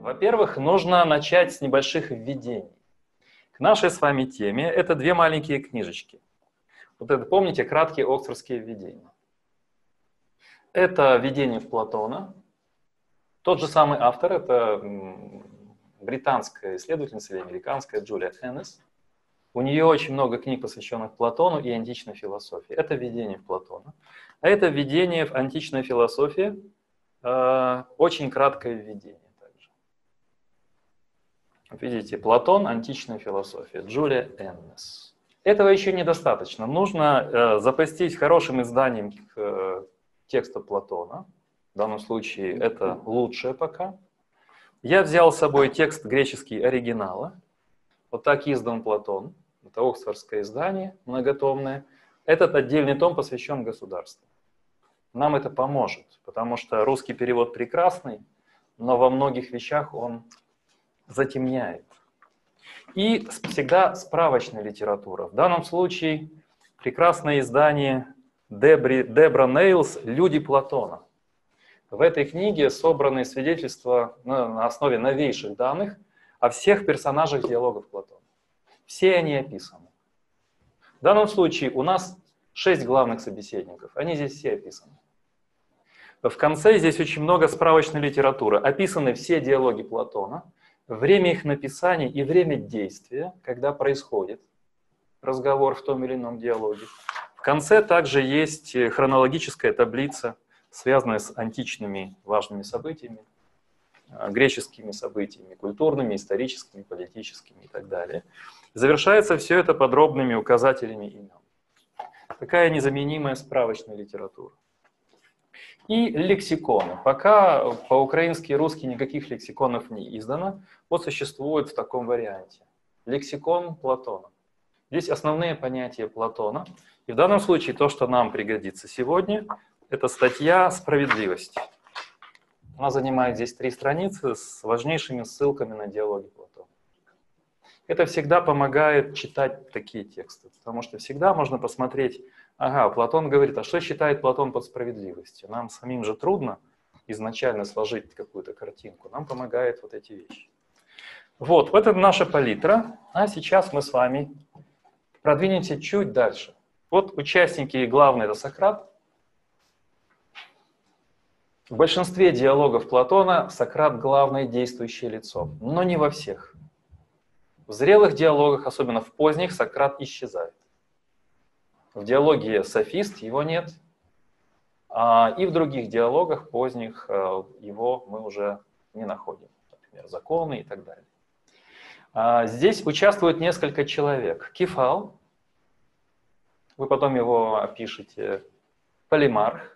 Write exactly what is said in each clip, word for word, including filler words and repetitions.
Во-первых, нужно начать с небольших введений. К нашей с вами теме это две маленькие книжечки. Вот это, помните, краткие оксфордские введения. Это введение в Платона. Тот же самый автор, это британская исследовательница или американская Джулия Эннес. У нее очень много книг, посвященных Платону и античной философии. Это введение в Платона. А это введение в античную философию, э, очень краткое введение также. Видите, Платон, античная философия, Джулия Эннес. Этого еще недостаточно. Нужно э, запастись хорошим изданием э, текста Платона. В данном случае это лучшее пока. Я взял с собой текст греческий оригинала. Вот так издан Платон. Это оксфордское издание, многотомное. Этот отдельный том посвящен государству. Нам это поможет, потому что русский перевод прекрасный, но во многих вещах он затемняет. И всегда справочная литература. В данном случае прекрасное издание Дебри, Дебра Нейлс «Люди Платона». В этой книге собраны свидетельства на основе новейших данных о всех персонажах диалогов Платона. Все они описаны. В данном случае у нас шесть главных собеседников. Они здесь все описаны. В конце здесь очень много справочной литературы. Описаны все диалоги Платона, время их написания и время действия, когда происходит разговор в том или ином диалоге. В конце также есть хронологическая таблица, связанная с античными важными событиями, греческими событиями, культурными, историческими, политическими и так далее. Завершается все это подробными указателями имен. Такая незаменимая справочная литература. И лексиконы. Пока по-украински и русски никаких лексиконов не издано, вот существует в таком варианте. Лексикон Платона. Здесь основные понятия Платона. И в данном случае то, что нам пригодится сегодня, это статья «Справедливость». Она занимает здесь три страницы с важнейшими ссылками на диалоги Платона. Это всегда помогает читать такие тексты, потому что всегда можно посмотреть, ага, Платон говорит, а что считает Платон под справедливостью? Нам самим же трудно изначально сложить какую-то картинку, нам помогают вот эти вещи. Вот, вот это наша палитра, а сейчас мы с вами продвинемся чуть дальше. Вот участники главные это Сократ. В большинстве диалогов Платона Сократ главное действующее лицо, но не во всех. В зрелых диалогах, особенно в поздних, Сократ исчезает. В диалоге «Софист» его нет, а и в других диалогах поздних его мы уже не находим. Например, «Законы» и так далее. А здесь участвует несколько человек. Кефал, вы потом его опишете, Полимарх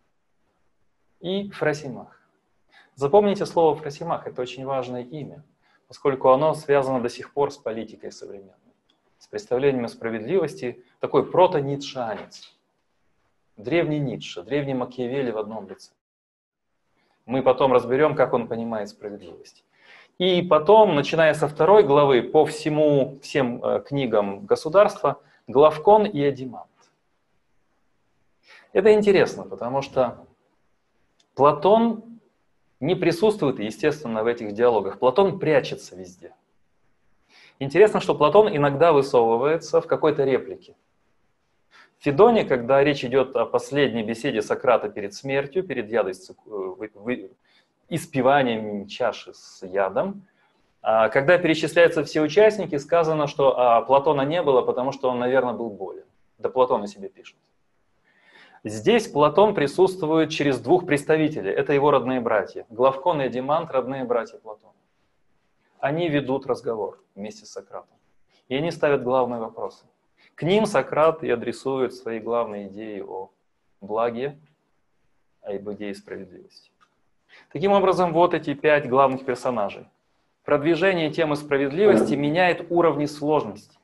и Фросимах. Запомните слово Фросимах, это очень важное имя, поскольку оно связано до сих пор с политикой современной, с представлением о справедливости, такой прото-ницшеанец, древний Ницше, древний Макиавелли в одном лице. Мы потом разберем, как он понимает справедливость. И потом, начиная со второй главы, по всему, всем э, книгам государства, Главкон и Адимант. Это интересно, потому что Платон не присутствует, естественно, в этих диалогах. Платон прячется везде. Интересно, что Платон иногда высовывается в какой-то реплике. В Федоне, когда речь идет о последней беседе Сократа перед смертью, перед ядостью, испиванием чаши с ядом, когда перечисляются все участники, сказано, что Платона не было, потому что он, наверное, был болен. Да Платон о себе пишет. Здесь Платон присутствует через двух представителей. Это его родные братья. Главкон и Адимант – родные братья Платона. Они ведут разговор вместе с Сократом. И они ставят главные вопросы. К ним Сократ и адресует свои главные идеи о благе, об идее справедливости. Таким образом, вот эти пять главных персонажей. Продвижение темы справедливости меняет уровни сложности.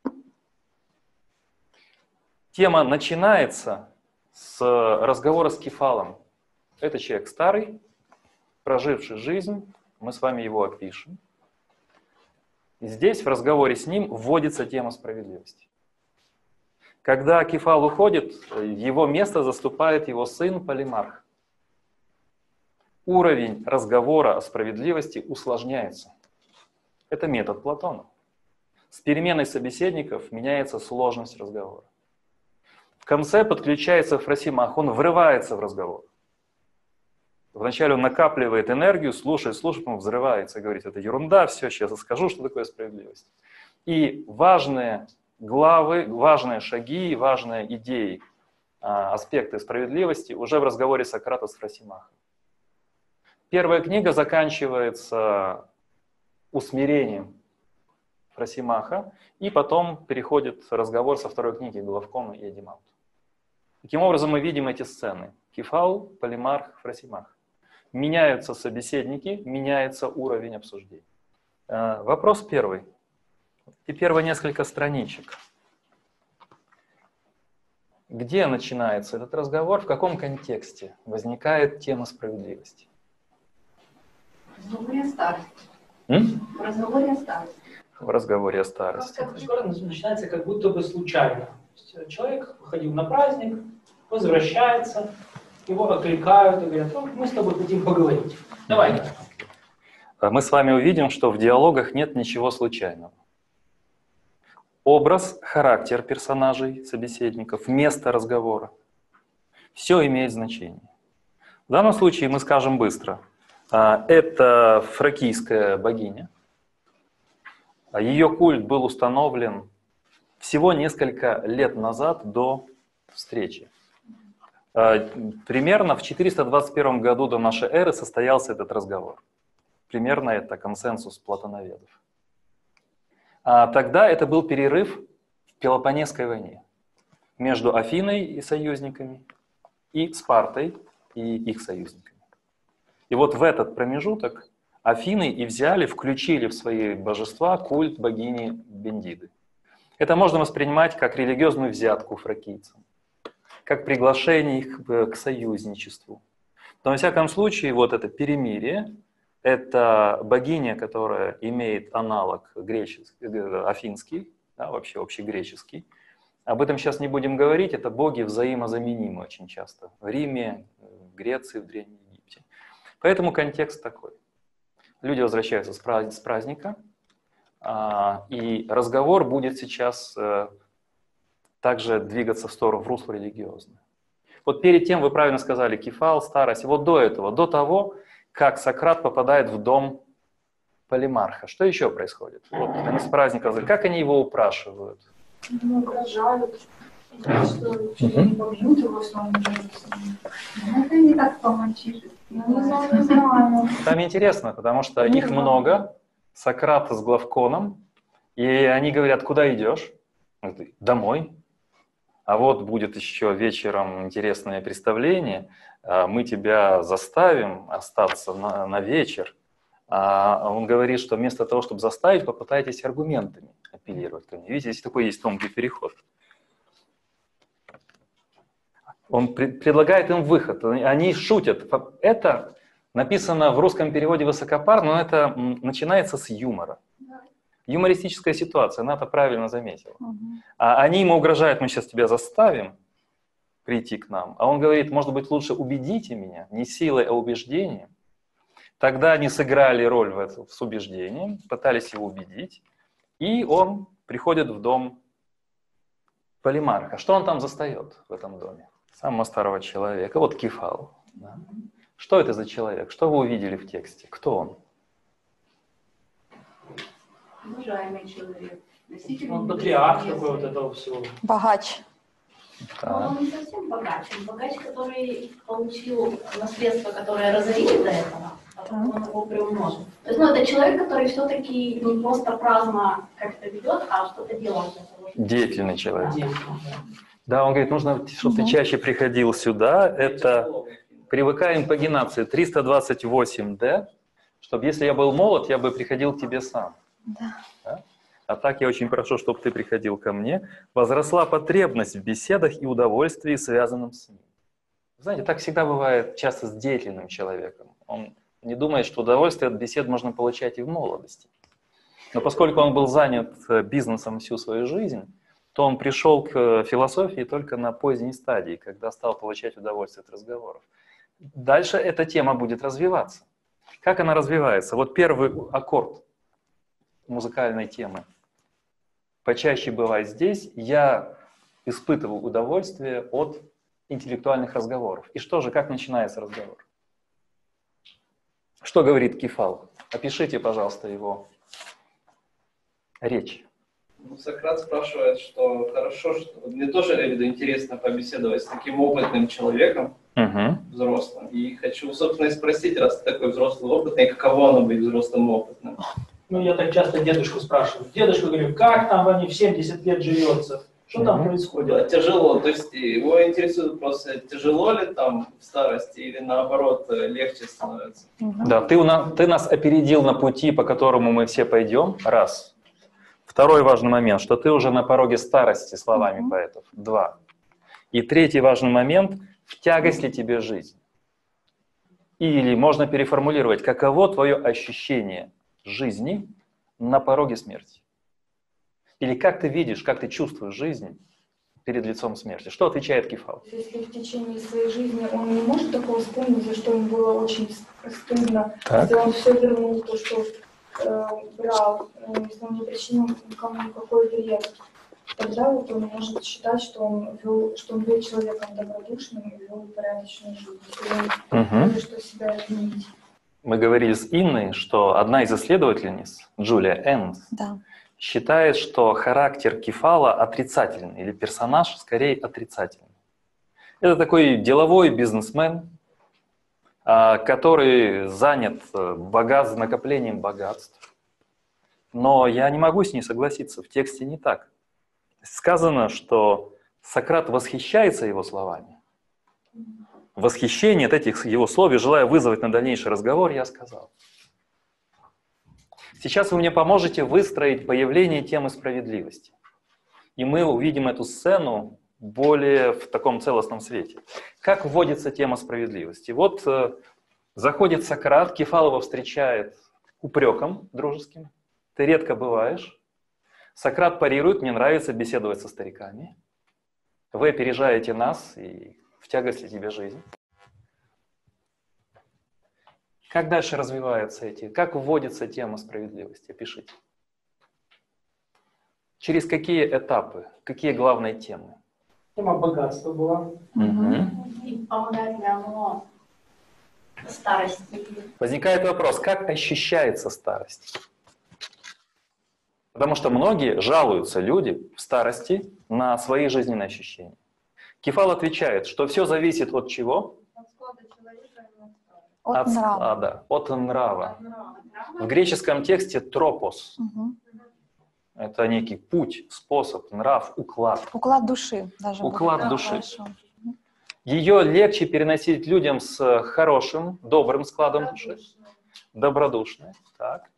Тема начинается с разговора с Кефалом. Это человек старый, проживший жизнь, мы с вами его опишем. И здесь в разговоре с ним вводится тема справедливости. Когда Кефал уходит, его место заступает его сын Полимарх. уровень разговора о справедливости усложняется. Это метод Платона. С переменой собеседников меняется сложность разговора. В конце подключается Фросимах, он врывается в разговор. Вначале он накапливает энергию, слушает, слушает, он взрывается и говорит, это ерунда, все, сейчас я скажу, что такое справедливость. И важные главы, важные шаги, важные идеи, аспекты справедливости уже в разговоре Сократа с Фросимахом. Первая книга заканчивается усмирением Фросимаха, и потом переходит разговор со второй книги Главкона и Адиманту. Таким образом, мы видим эти сцены. Кефал, Полимарх, Фросимах. Меняются собеседники, меняется уровень обсуждения. Вопрос первый. И первые несколько страничек. Где начинается этот разговор, в каком контексте возникает тема справедливости? В разговоре о старости. М? В разговоре о старости. В разговоре о старости. Разговор начинается как будто бы случайно. Человек выходил на праздник, возвращается, его окликают и говорят, ну, мы с тобой хотим поговорить. Давай. Мы с вами увидим, что в диалогах нет ничего случайного. Образ, характер персонажей, собеседников, место разговора. Все имеет значение. В данном случае мы скажем быстро. Это фракийская богиня. Ее культ был установлен всего несколько лет назад до встречи. Примерно в четыреста двадцать первом году до нашей эры состоялся этот разговор. Примерно это консенсус платоноведов. А тогда это был перерыв в Пелопоннесской войне между Афиной и союзниками и Спартой и их союзниками. И вот в этот промежуток Афины и взяли, включили в свои божества культ богини Бендиды. Это можно воспринимать как религиозную взятку фракийцам, как приглашение их к союзничеству. Но во всяком случае, вот это перемирие, это богиня, которая имеет аналог греческий, афинский, да, вообще общегреческий. Об этом сейчас не будем говорить, это боги взаимозаменимы очень часто в Риме, в Греции, в Древнем Египте. Поэтому контекст такой. Люди возвращаются с праздника, и разговор будет сейчас также двигаться в сторону, в русло религиозное. Вот перед тем вы правильно сказали, Кефал, старость. Вот до этого, до того, как Сократ попадает в дом Полимарха. Что еще происходит? Вот, они с праздника, как они его упрашивают? Ну, угрожают. Что чуть ли не побьют его с новым жизнью. Ну, это не так по-мальчишески. Ну, не знаю, не знаю. Там интересно, потому что их много, Сократ с Главконом, и они говорят, куда идешь? Домой. А вот будет еще вечером интересное представление, мы тебя заставим остаться на, на вечер. А он говорит, что вместо того, чтобы заставить, попытайтесь аргументами апеллировать ко мне. Видите, здесь такой есть тонкий переход. Он при, предлагает им выход, они шутят. Это написано в русском переводе высокопарно, но это начинается с юмора. Юмористическая ситуация, она это правильно заметила. Угу. А они ему угрожают, мы сейчас тебя заставим прийти к нам. А он говорит, может быть, лучше убедите меня, не силой, а убеждением. Тогда они сыграли роль в этом, с убеждением, пытались его убедить. И он приходит в дом Полимарха. Что он там застает в этом доме? Самого старого человека. Вот Кефал. Да? Что это за человек? Что вы увидели в тексте? Кто он? Уважаемый человек. Он патриарх такой вот этого всего. Богач. Да. Он не совсем богач. Он богач, который получил наследство, которое разорили до этого, а потом он его приумножил. То есть, ну, это человек, который все-таки не просто праздно как-то ведет, а что-то делает для того, чтобы... Деятельный человек. Деятельный, да. Да, он говорит, нужно, чтобы ты чаще приходил сюда. Это привыкаем к пагинации триста двадцать восемь дэ, чтобы если я был молод, я бы приходил к тебе сам. Да. Да? А так я очень прошу, чтобы ты приходил ко мне. Возросла потребность в беседах и удовольствии, связанном с ним. Знаете, так всегда бывает часто с деятельным человеком. Он не думает, что удовольствие от бесед можно получать и в молодости. Но поскольку он был занят бизнесом всю свою жизнь, то он пришел к философии только на поздней стадии, когда стал получать удовольствие от разговоров. дальше эта тема будет развиваться. Как она развивается? Вот первый аккорд музыкальной темы. Почаще бывает здесь, я испытываю удовольствие от интеллектуальных разговоров. И что же, как начинается разговор? Что говорит Кефал? Опишите, пожалуйста, его речь. Ну, Сократ спрашивает, что хорошо, что мне тоже, я виду, интересно побеседовать с таким опытным человеком, Угу. взрослым. И хочу, собственно, и спросить, раз ты такой взрослый опытный, каково оно быть взрослым и опытным? Ну, я так часто дедушку спрашиваю. Дедушка говорит, как там они в семьдесят лет живется? Что там Мгм. Да, происходит? тяжело, то есть его интересует просто, тяжело ли там в старости или наоборот легче становится? Да, ты, у нас, ты нас опередил на пути, по которому мы все пойдем, раз. Второй важный момент, что ты уже на пороге старости, словами Мгм. поэтов, два. И третий важный момент, в тягость ли тебе жизнь? Или можно переформулировать, каково твое ощущение жизни на пороге смерти? Или как ты видишь, как ты чувствуешь жизнь перед лицом смерти? Что отвечает Кефал? Если в течение своей жизни он не может такого вспомнить, за что ему было очень стыдно, Так. если он все вернул, то, что э, брал, э, если он не причинил никому никакой вред, тогда вот он может считать, что он вел, что он был человеком добродушным и вел порядочную жизнь. Если он Мгм. хочет, что себя изменить. Мы говорили с Инной, что одна из исследовательниц, Джулия Эннс, Да. считает, что характер Кефала отрицательный, или персонаж скорее отрицательный. Это такой деловой бизнесмен, а, который занят э, богат, накоплением богатств. Но я не могу с ней согласиться, в тексте не так. Сказано, что Сократ восхищается его словами. Восхищение от этих его слов и желая вызвать на дальнейший разговор, я сказал. Сейчас вы мне поможете выстроить появление темы справедливости. И мы увидим эту сцену более в таком целостном свете. Как вводится тема справедливости? Вот э, заходит Сократ, Кефал его встречает упреком дружеским. Ты редко бываешь. Сократ парирует, мне нравится беседовать со стариками. Вы опережаете нас, и в тягость ли тебе жизнь? Как дальше развиваются эти, как вводится тема справедливости? Пишите. Через какие этапы, какие главные темы? Тема богатства была. Мгм. И помогает ли оно старости? Возникает вопрос, как ощущается старость? Потому что многие жалуются, люди, в старости на свои жизненные ощущения. Кефал отвечает, что все зависит от чего? От От нрава. склада, от нрава. В греческом тексте тропос. Мгм. Это некий путь, способ, нрав, уклад. Уклад души даже. Уклад будет. души. Хорошо. Ее легче переносить людям с хорошим, добрым складом души. Добродушный. Так.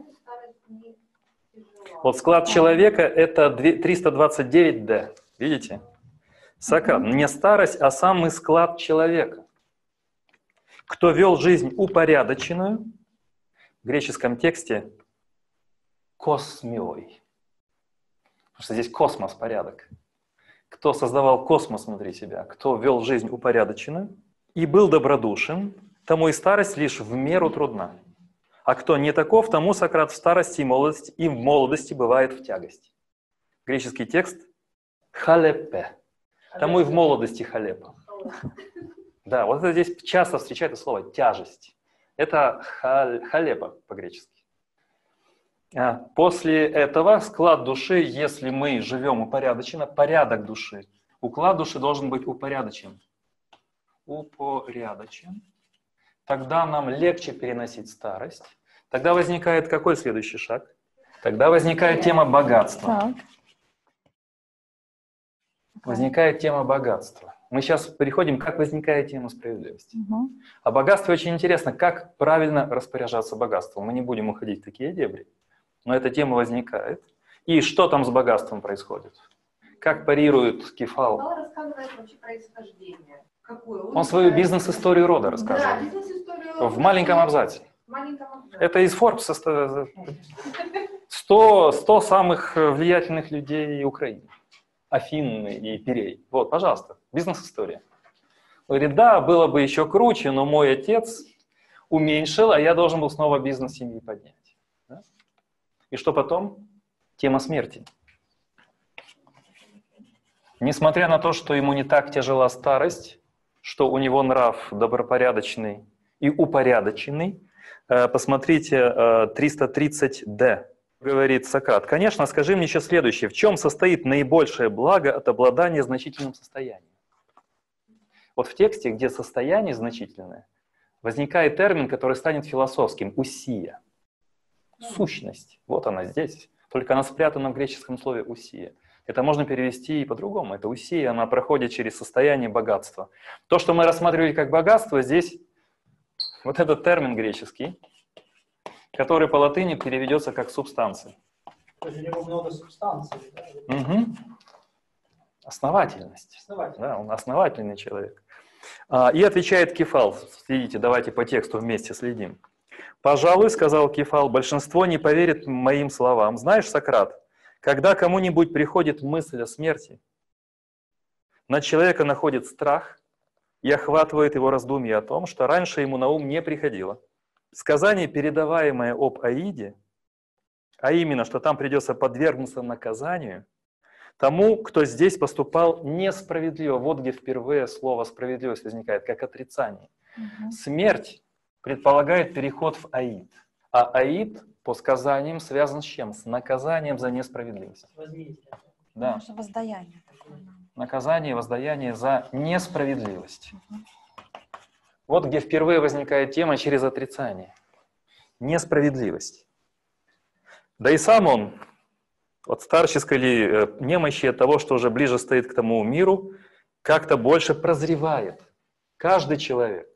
Вот склад человека – это триста двадцать девять дэ. Видите? Сократ. Не старость, а самый склад человека. Кто вел жизнь упорядоченную, в греческом тексте космиой. Потому что здесь космос, порядок. Кто создавал космос внутри себя, кто вел жизнь упорядоченную и был добродушен, тому и старость лишь в меру трудна. А кто не таков, тому Сократ в старости и молодости, и в молодости бывает в тягости. Греческий текст халепе. Тому и в молодости халепа. Да, вот это здесь часто встречается слово тяжесть. Это халь, халепа по-гречески. После этого склад души, если мы живем упорядоченно, порядок души. Уклад души должен быть упорядочен. Упорядочен. Тогда нам легче переносить старость. Тогда возникает какой следующий шаг? Тогда возникает тема богатства. Так. Возникает тема богатства. Мы сейчас переходим, как возникает тема справедливости. Мгм. А богатство очень интересно, как правильно распоряжаться богатством. Мы не будем уходить в такие дебри, но эта тема возникает. И что там с богатством происходит? Как парирует Кефал? Кефал рассказывает вообще происхождение. Какое? Он свою бизнес-историю рода Да, рассказывает. бизнес-историю. В маленьком абзаце. В маленьком абзаце. Это из Forbes сто, сто самых влиятельных людей Украины. Афин и Пирей. Вот, пожалуйста, бизнес-история. Говорит, да, было бы еще круче, но мой отец уменьшил, а я должен был снова бизнес семьи поднять. Да? И что потом? Тема смерти. Несмотря на то, что ему не так тяжела старость, что у него нрав добропорядочный и упорядоченный, посмотрите триста тридцать дэ. Говорит Сократ, конечно, скажи мне еще следующее. В чем состоит наибольшее благо от обладания значительным состоянием? Вот в тексте, где состояние значительное, возникает термин, который станет философским – усия. Сущность. Вот она здесь. Только она спрятана в греческом слове усия. Это можно перевести и по-другому. Это усия, она проходит через состояние богатства. То, что мы рассматривали как богатство, здесь вот этот термин греческий, который по латыни переведется как субстанция. То есть у него много субстанций. Да? Угу. Основательность. Основательность. Да, он основательный человек. А, и отвечает Кефал. Следите, давайте по тексту вместе следим. «Пожалуй, — сказал Кефал, — большинство не поверит моим словам. Знаешь, Сократ, когда кому-нибудь приходит мысль о смерти, на человека находит страх и охватывает его раздумья о том, что раньше ему на ум не приходило. Сказание, передаваемое об Аиде, а именно, что там придется подвергнуться наказанию, тому, кто здесь поступал несправедливо». Вот где впервые слово «справедливость» возникает, как отрицание. Угу. Смерть предполагает переход в Аид. А Аид, по сказаниям, связан с чем? С наказанием за несправедливость. Возмездие. Да. Воздаяние. Наказание, воздаяние за несправедливость. Угу. Вот где впервые возникает тема через отрицание. Несправедливость. Да и сам он, от старческой ли немощи, от того, что уже ближе стоит к тому миру, как-то больше прозревает. Каждый человек,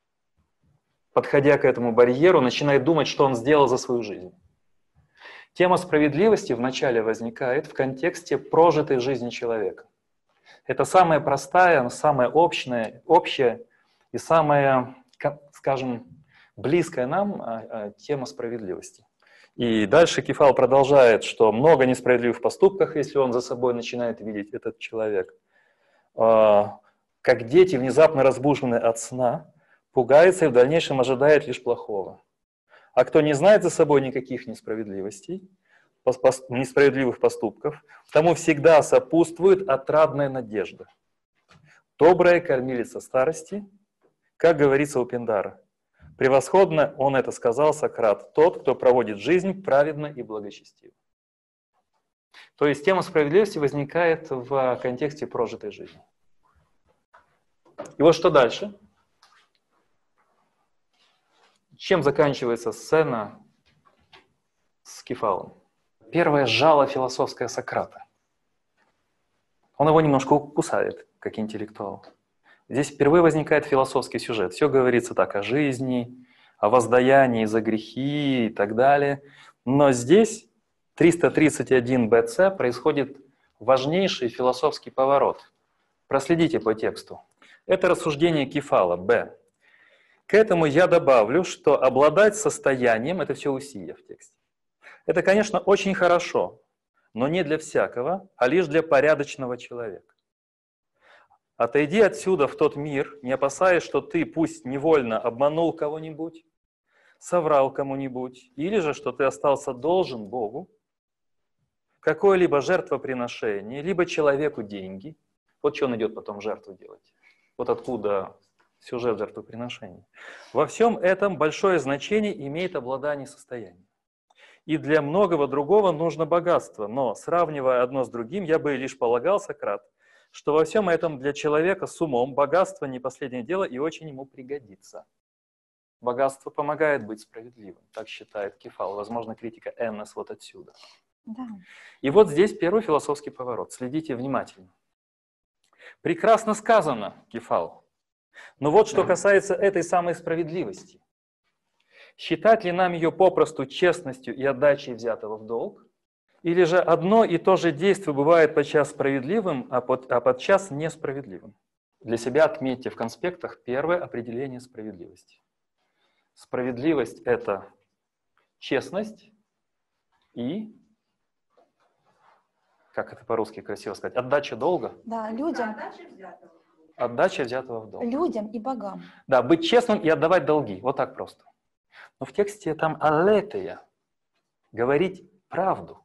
подходя к этому барьеру, начинает думать, что он сделал за свою жизнь. Тема справедливости вначале возникает в контексте прожитой жизни человека. Это самая простая, самая общая, общая и самая, скажем, близкая нам тема справедливости. И дальше Кефал продолжает, что много несправедливых поступков, если он за собой начинает видеть этот человек. Как дети, внезапно разбуженные от сна, пугается и в дальнейшем ожидает лишь плохого. А кто не знает за собой никаких несправедливостей, несправедливых поступков, тому всегда сопутствует отрадная надежда. Добрая кормилица старости, как говорится у Пиндара. Превосходно он это сказал, Сократ, тот, кто проводит жизнь праведно и благочестиво. То есть тема справедливости возникает в контексте прожитой жизни. И вот что дальше? Чем заканчивается сцена с Кефалом? Первое жало философское Сократа. Он его немножко кусает, как интеллектуал. Здесь впервые возникает философский сюжет. Все говорится так о жизни, о воздаянии за грехи и так далее. Но здесь, триста тридцать один бэ цэ, происходит важнейший философский поворот. Проследите по тексту. Это рассуждение Кефала, Б. К этому я добавлю, что обладать состоянием, это все усилия в тексте. Это, конечно, очень хорошо, но не для всякого, а лишь для порядочного человека. Отойди отсюда в тот мир, не опасаясь, что ты пусть невольно обманул кого-нибудь, соврал кому-нибудь, или же что ты остался должен Богу, какое-либо жертвоприношение, либо человеку деньги. Вот что он идет потом жертву делать. Вот откуда сюжет жертвоприношения. Во всем этом большое значение имеет обладание состоянием. И для многого другого нужно богатство, но, сравнивая одно с другим, я бы лишь полагал, Сократ, что во всем этом для человека с умом богатство не последнее дело и очень ему пригодится. Богатство помогает быть справедливым, так считает Кефал. Возможно, критика Эннес вот отсюда. Да. И вот здесь первый философский поворот. Следите внимательно. Прекрасно сказано, Кефал. Но вот что касается этой самой справедливости. Считать ли нам ее попросту честностью и отдачей взятого в долг? Или же одно и то же действие бывает подчас справедливым, а, под, а подчас несправедливым? Для себя отметьте в конспектах первое определение справедливости. Справедливость – это честность и, как это по-русски красиво сказать, отдача долга. Да, людям. Отдача взятого. отдача взятого в долг. Людям и богам. Да, быть честным и отдавать долги. Вот так просто. Но в тексте там алетея. Говорить правду.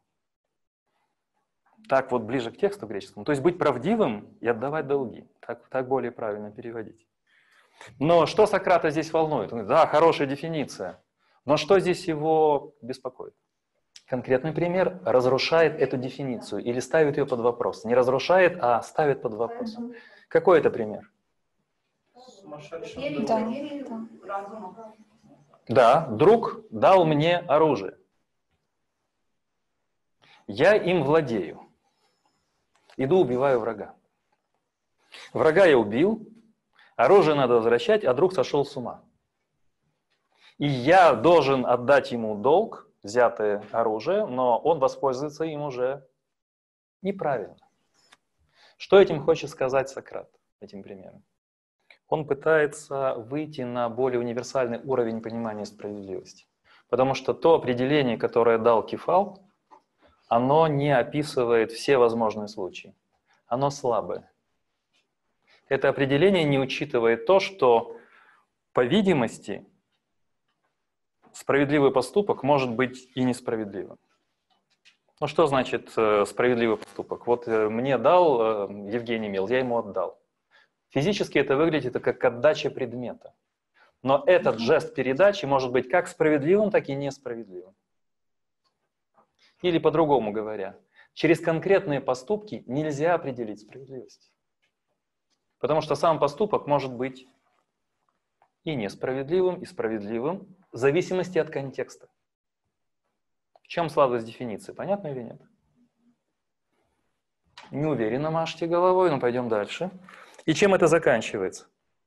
Так вот ближе к тексту греческому. То есть быть правдивым и отдавать долги. Так, так более правильно переводить. Но что Сократа здесь волнует? Он говорит, да, хорошая дефиниция. Но что здесь его беспокоит? Конкретный пример разрушает эту дефиницию или ставит ее под вопрос. Не разрушает, а ставит под вопрос. Какой это пример? Сумасшедший. Да, Потерей да. разума. Да, друг дал мне оружие. Я им владею. Иду, убиваю врага. Врага я убил, оружие надо возвращать, а друг сошел с ума. И я должен отдать ему долг, взятое оружие, но он воспользуется им уже неправильно. Что этим хочет сказать Сократ, этим примером? Он пытается выйти на более универсальный уровень понимания справедливости. Потому что то определение, которое дал Кефал, оно не описывает все возможные случаи. Оно слабое. Это определение не учитывает то, что, по видимости, справедливый поступок может быть и несправедливым. Ну что значит э, справедливый поступок? Вот э, мне дал э, Евгений Мил, я ему отдал. Физически это выглядит как отдача предмета. Но этот жест передачи может быть как справедливым, так и несправедливым. Или по-другому говоря, через конкретные поступки нельзя определить справедливость. Потому что сам поступок может быть и несправедливым, и справедливым, в зависимости от контекста. В чем слабость дефиниции? Понятно или нет? Не уверенно машите головой, но пойдем дальше. И чем это заканчивается?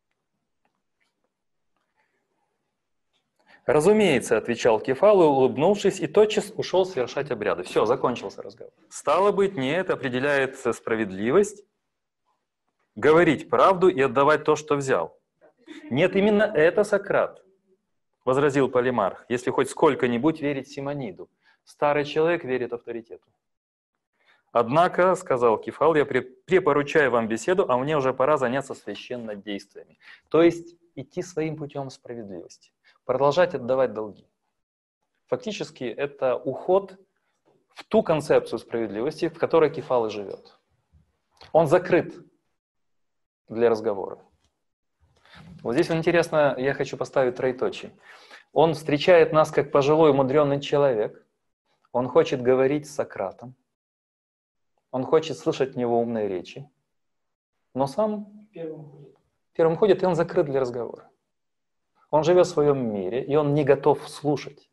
Разумеется, отвечал Кефал, улыбнувшись, и тотчас ушел совершать обряды. Все, закончился разговор. Стало быть, не это определяет справедливость, говорить правду и отдавать то, что взял. Нет, именно это Сократ, возразил Полимарх, если хоть сколько-нибудь верить Симониду. Старый человек верит авторитету. Однако, сказал Кефал, я препоручаю вам беседу, а мне уже пора заняться священнодействиями. То есть идти своим путем справедливости. Продолжать отдавать долги. Фактически это уход в ту концепцию справедливости, в которой Кефал и живет. Он закрыт для разговора. Вот здесь интересно, я хочу поставить троеточие. Он встречает нас как пожилой умудренный человек. Он хочет говорить с Сократом. Он хочет слышать от него умные речи. Но сам Первым ходит. первым ходит, и он закрыт для разговора. Он живет в своем мире, и он не готов слушать.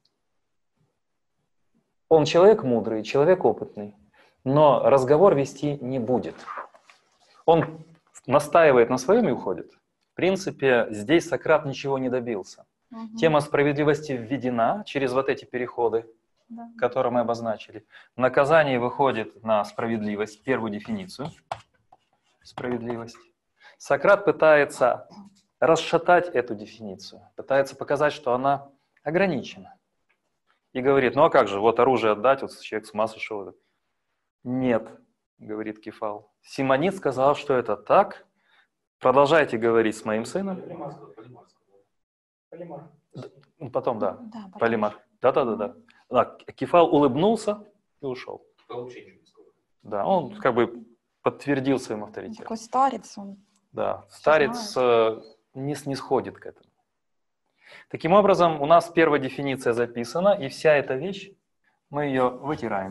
Он человек мудрый, человек опытный, но разговор вести не будет. Он настаивает на своем и уходит. В принципе, здесь Сократ ничего не добился. Угу. Тема справедливости введена через вот эти переходы, Да. которые мы обозначили. Наказание выходит на справедливость, первую дефиницию. Справедливость. Сократ пытается расшатать эту дефиницию, пытается показать, что она ограничена. И говорит, ну а как же, вот оружие отдать, вот человек с ума сошел. Нет, говорит Кефал. Симонид сказал, что это так. Продолжайте говорить с моим сыном. Полимар сказал, Полимар сказал. Полимар. Ну, потом, да, Да, потом. Полимар. Да-да-да. Да. Кефал улыбнулся и ушел. Вообще ничего не сказал. Да, он как бы подтвердил своим Он авторитетом. такой старец, он. Да, старец э, не снисходит к этому. Таким образом, у нас первая дефиниция записана, и вся эта вещь, мы ее вытираем.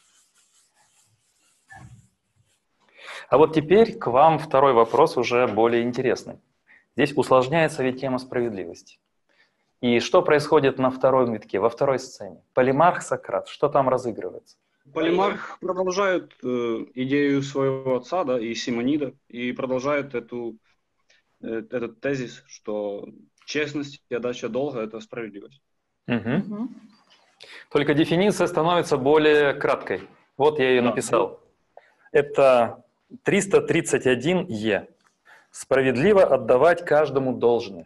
А вот теперь к вам второй вопрос уже более интересный. Здесь усложняется ведь тема справедливости. И что происходит на втором витке, во второй сцене? Полимарх, Сократ, что там разыгрывается? Полимарх продолжает э, идею своего отца, да, и Симонида, и продолжает эту, э, этот тезис, что честность и отдача долга – это справедливость. Угу. Угу. Только дефиниция становится более краткой. Вот я ее Да. написал. Это триста тридцать один е. Справедливо отдавать каждому должное.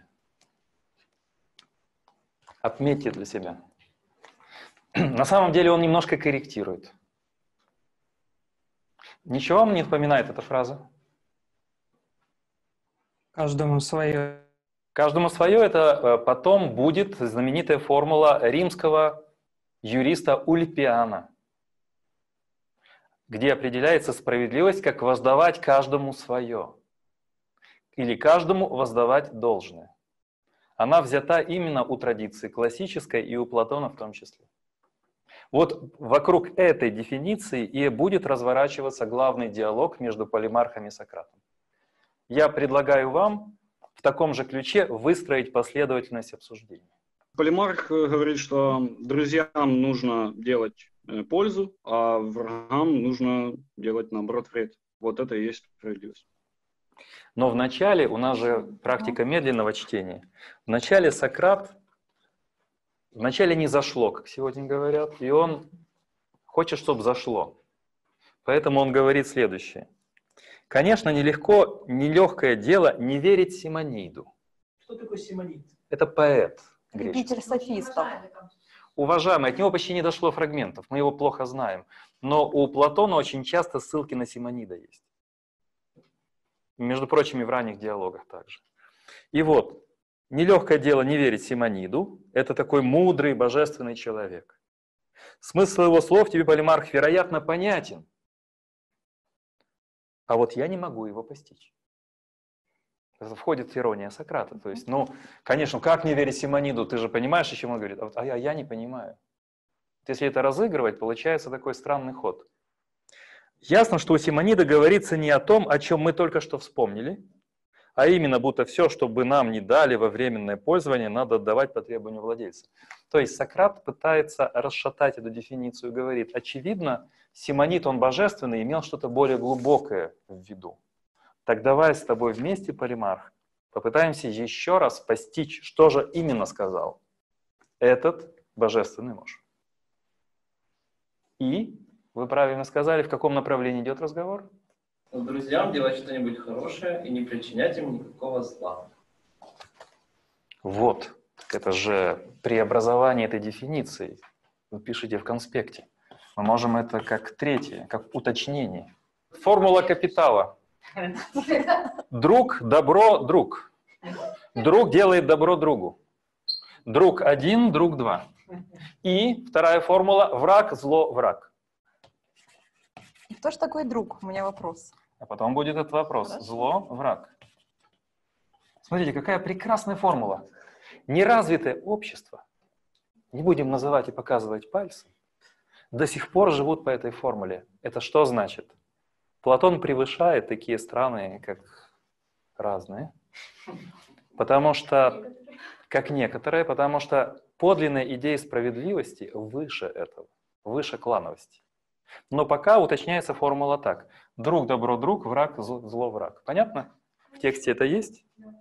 Отметьте для себя. На самом деле он немножко корректирует. Ничего вам не напоминает эта фраза? Каждому свое. Каждому свое, это потом будет знаменитая формула римского юриста Ульпиана, где определяется справедливость как воздавать каждому свое, или каждому воздавать должное. Она взята именно у традиции классической и у Платона в том числе. Вот вокруг этой дефиниции и будет разворачиваться главный диалог между Полимархом и Сократом. Я предлагаю вам в таком же ключе выстроить последовательность обсуждения. Полимарх говорит, что друзьям нужно делать пользу, а врагам нужно делать, наоборот, вред. Вот это и есть справедливость. Но вначале, у нас же практика медленного чтения, вначале Сократ, вначале не зашло, как сегодня говорят, и он хочет, чтобы зашло. Поэтому он говорит следующее. Конечно, нелегко, нелегкое дело не верить Симониду. Что такое Симонид? Это поэт Любитель греческий. софистов. Уважаемый, от него почти не дошло фрагментов, мы его плохо знаем. Но у Платона очень часто ссылки на Симонида есть. Между прочим, и в ранних диалогах также. И вот, нелегкое дело не верить Симониду, это такой мудрый, божественный человек. Смысл его слов тебе, Полимарх, вероятно, понятен. А вот я не могу его постичь. Это входит ирония Сократа. То есть, ну, конечно, как не верить Симониду? Ты же понимаешь, о чем он говорит? А я, я не понимаю. Если это разыгрывать, получается такой странный ход. Ясно, что у Симонида говорится не о том, о чем мы только что вспомнили, а именно, будто все, что бы нам не дали во временное пользование, надо отдавать по требованию владельца. То есть Сократ пытается расшатать эту дефиницию и говорит, очевидно, Симонид, он божественный, имел что-то более глубокое в виду. Так давай с тобой вместе, Полимарх, попытаемся еще раз постичь, что же именно сказал этот божественный муж. И, вы правильно сказали, в каком направлении идет разговор? Друзьям делать что-нибудь хорошее и не причинять им никакого зла. Вот, так это же преобразование этой дефиниции. Вы пишете в конспекте. Мы можем это как третье, как уточнение. Формула капитала. Друг, добро, друг. Друг делает добро другу. Друг один, друг два. И вторая формула – враг, зло, враг. И кто же такой друг? У меня вопрос. А потом будет этот вопрос. Хорошо. Зло, враг. Смотрите, какая прекрасная формула. Неразвитое общество, не будем называть и показывать пальцем, до сих пор живут по этой формуле. Это что значит? Платон превышает такие страны, как разные, потому что, как некоторые, потому что подлинная идея справедливости выше этого, выше клановости. Но пока уточняется формула так. Друг добро друг, враг зло враг. Понятно? В тексте это есть?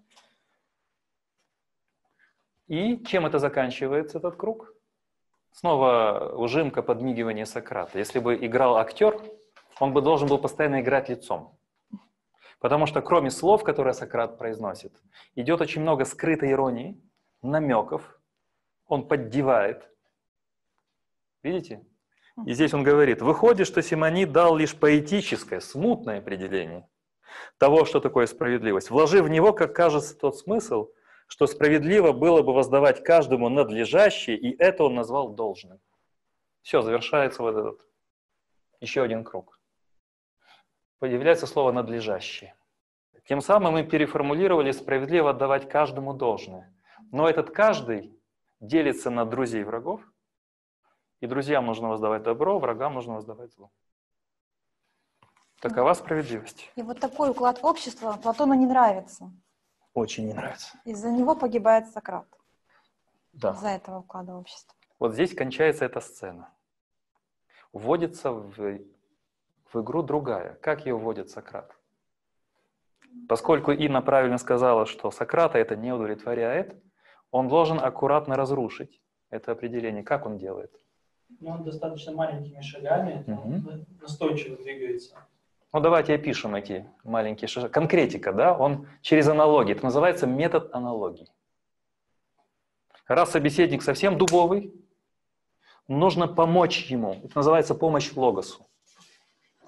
И чем это заканчивается, этот круг? Снова ужимка, подмигивание Сократа. Если бы играл актер, он бы должен был постоянно играть лицом. Потому что кроме слов, которые Сократ произносит, идет очень много скрытой иронии, намеков. Он поддевает. Видите? И здесь он говорит, выходит, что Симонид дал лишь поэтическое, смутное определение того, что такое справедливость, вложив в него, как кажется, тот смысл, что справедливо было бы воздавать каждому надлежащее, и это он назвал должным. Все, завершается вот этот еще один круг. Появляется слово «надлежащее». Тем самым мы переформулировали справедливо отдавать каждому должное. Но этот каждый делится на друзей и врагов, и друзьям нужно воздавать добро, врагам нужно воздавать зло. Такова справедливость. И вот такой уклад общества Платону не нравится. Очень не нравится. Из-за него погибает Сократ. Да. Из-за этого уклада общества. Вот здесь кончается эта сцена. Вводится в, в игру другая. Как ее вводит Сократ? Поскольку Инна правильно сказала, что Сократа это не удовлетворяет, он должен аккуратно разрушить это определение. Как он делает? Но он достаточно маленькими шагами, Угу. настойчиво двигается. Ну давайте опишем эти маленькие шаги. Конкретика, да? Он через аналогии. Это называется метод аналогии. Раз собеседник совсем дубовый, нужно помочь ему. Это называется помощь логосу.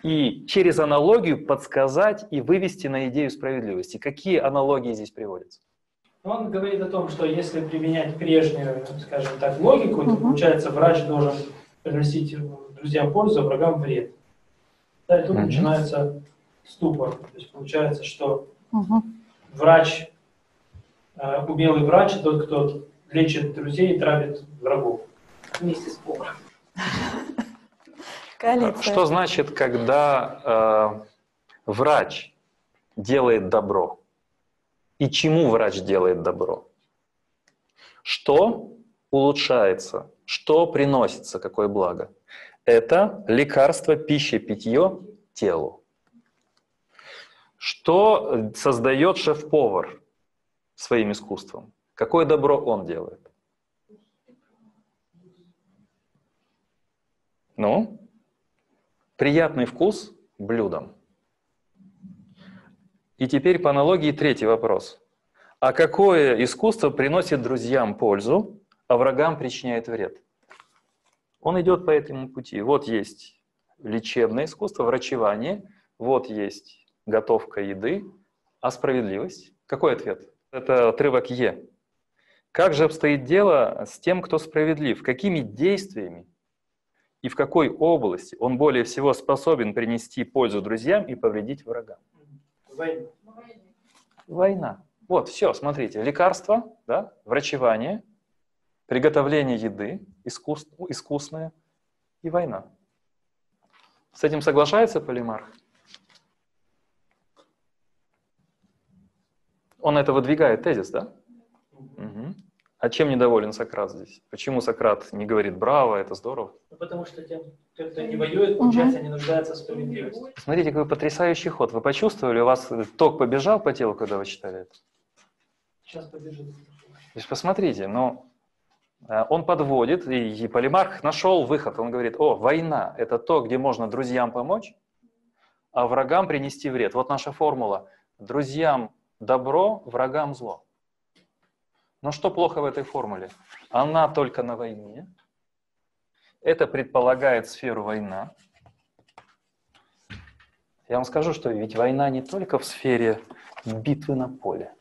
и через аналогию подсказать и вывести на идею справедливости. Какие аналогии здесь приводятся? Он говорит о том, что если применять прежнюю, скажем так, логику, то Мгм. получается, врач должен приносить друзьям пользу, а врагам вред. Да, и тут Мгм. начинается ступор. То есть получается, что Мгм. врач, э, умелый врач, тот, кто лечит друзей и травит врагов. Вместе с поваром. Коалиция. Что значит, когда э, врач делает добро? И чему врач делает добро? Что улучшается? Что приносится? Какое благо? Это лекарство, пища, питье телу. Что создает шеф-повар своим искусством? Какое добро он делает? Ну, приятный вкус блюдам. И теперь по аналогии третий вопрос. А какое искусство приносит друзьям пользу, а врагам причиняет вред? Он идет по этому пути. Вот есть лечебное искусство, врачевание, вот есть готовка еды, а справедливость? Какой ответ? Это отрывок Е. Как же обстоит дело с тем, кто справедлив? Какими действиями и в какой области он более всего способен принести пользу друзьям и повредить врагам? Война. Война. Вот, все, смотрите, лекарство, да, врачевание, приготовление еды, искусство, искусное и война. С этим соглашается Полимарх? Он это выдвигает тезис, да? Угу. А чем недоволен Сократ здесь? Почему Сократ не говорит «браво, это здорово»? Ну, потому что тем, те, кто не воюет, получается, не нуждается в справедливости. Смотрите, какой потрясающий ход. Вы почувствовали, у вас ток побежал по телу, когда вы читали это? Сейчас побежит. То есть посмотрите, ну, он подводит, и Полимарх нашел выход. Он говорит: о, война – это то, где можно друзьям помочь, а врагам принести вред. Вот наша формула. Друзьям добро, врагам зло. Но что плохо в этой формуле? Она только на войне. Это предполагает сферу война. Я вам скажу, что ведь война не только в сфере битвы на поле.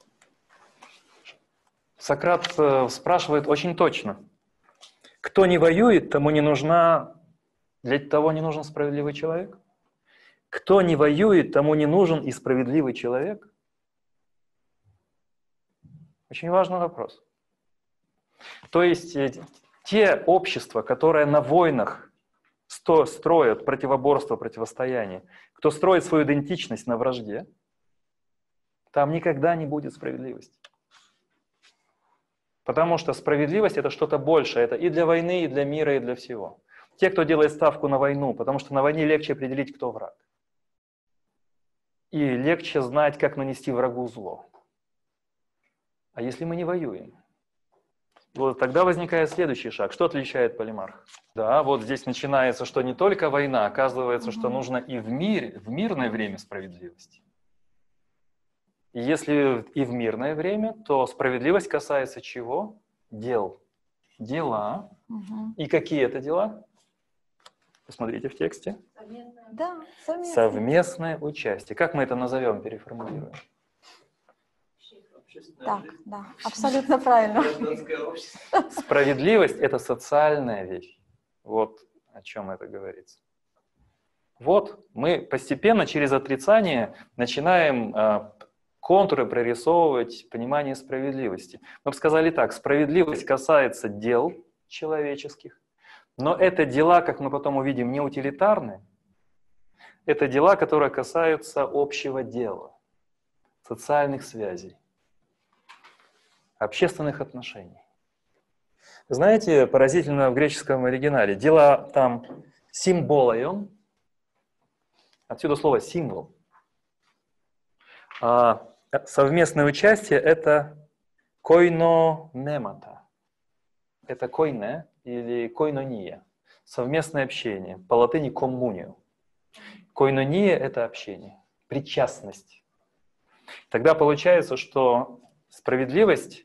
Сократ спрашивает очень точно. Кто не воюет, тому не нужна, для того не нужен справедливый человек. Кто не воюет, тому не нужен и справедливый человек. Очень важный вопрос. То есть те общества, которые на войнах строят противоборство, противостояние, кто строит свою идентичность на вражде, там никогда не будет справедливости. Потому что справедливость – это что-то большее. Это и для войны, и для мира, и для всего. Те, кто делает ставку на войну, потому что на войне легче определить, кто враг. И легче знать, как нанести врагу зло. А если мы не воюем? Вот тогда возникает следующий шаг. Что отличает Полимарх? Да, вот здесь начинается, что не только война, оказывается, что нужно и в мире, в мирное время справедливости. И если и в мирное время, то справедливость касается чего? Дел. Дела. Угу. И какие это дела? Посмотрите в тексте. Да, совместное. Совместное участие. Как мы это назовем, переформулируем? Так, да, абсолютно правильно. Справедливость – это социальная вещь. Вот о чем это говорится. Вот мы постепенно через отрицание начинаем э, контуры прорисовывать понимание справедливости. Мы бы сказали так: справедливость касается дел человеческих, но это дела, как мы потом увидим, не утилитарные. Это дела, которые касаются общего дела, социальных связей, общественных отношений. Знаете, поразительно в греческом оригинале. Дела там символайон, отсюда слово символ. А совместное участие – это койнонемата. Это койне или койнония. Совместное общение. По латыни коммунио. Койнония – это общение, причастность. Тогда получается, что справедливость,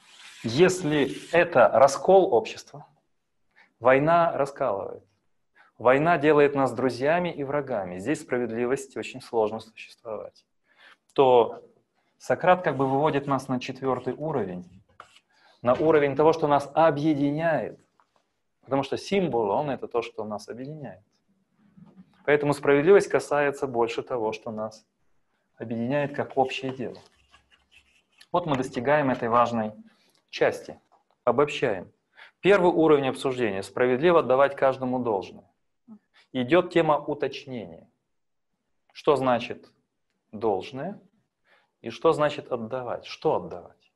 если это раскол общества, война раскалывает. Война делает нас друзьями и врагами. Здесь справедливости очень сложно существовать. То Сократ как бы выводит нас на четвертый уровень, на уровень того, что нас объединяет. Потому что символ, он это то, что нас объединяет. Поэтому справедливость касается больше того, что нас объединяет как общее дело. Вот мы достигаем этой важной части, обобщаем. Первый уровень обсуждения – справедливо отдавать каждому должное. Идет тема уточнения. Что значит должное и что значит отдавать? Что отдавать?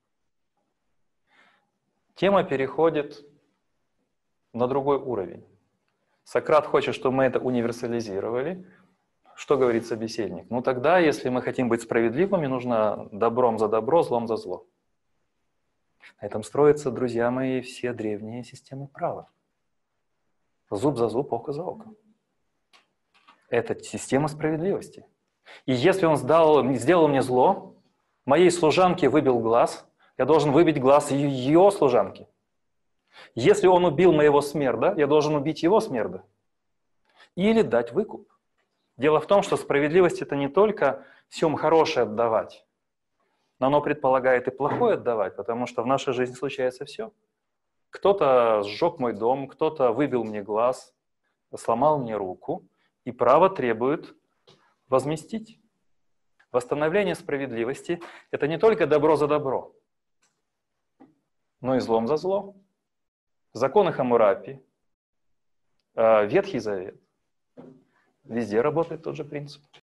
Тема переходит на другой уровень. Сократ хочет, чтобы мы это универсализировали. Что говорит собеседник? Ну тогда, если мы хотим быть справедливыми, нужно добром за добро, злом за зло. На этом строятся, друзья мои, все древние системы права. Зуб за зуб, око за око. Это система справедливости. И если он сдал, сделал мне зло, моей служанке выбил глаз, я должен выбить глаз ее служанки. Если он убил моего смерда, я должен убить его смерда. Или дать выкуп. Дело в том, что справедливость — это не только всем хорошее отдавать, но оно предполагает и плохое отдавать, потому что в нашей жизни случается все. Кто-то сжег мой дом, кто-то выбил мне глаз, сломал мне руку, и право требует возместить. Восстановление справедливости — это не только добро за добро, но и злом за зло. Законы Хаммурапи, Ветхий Завет. Везде работает тот же принцип.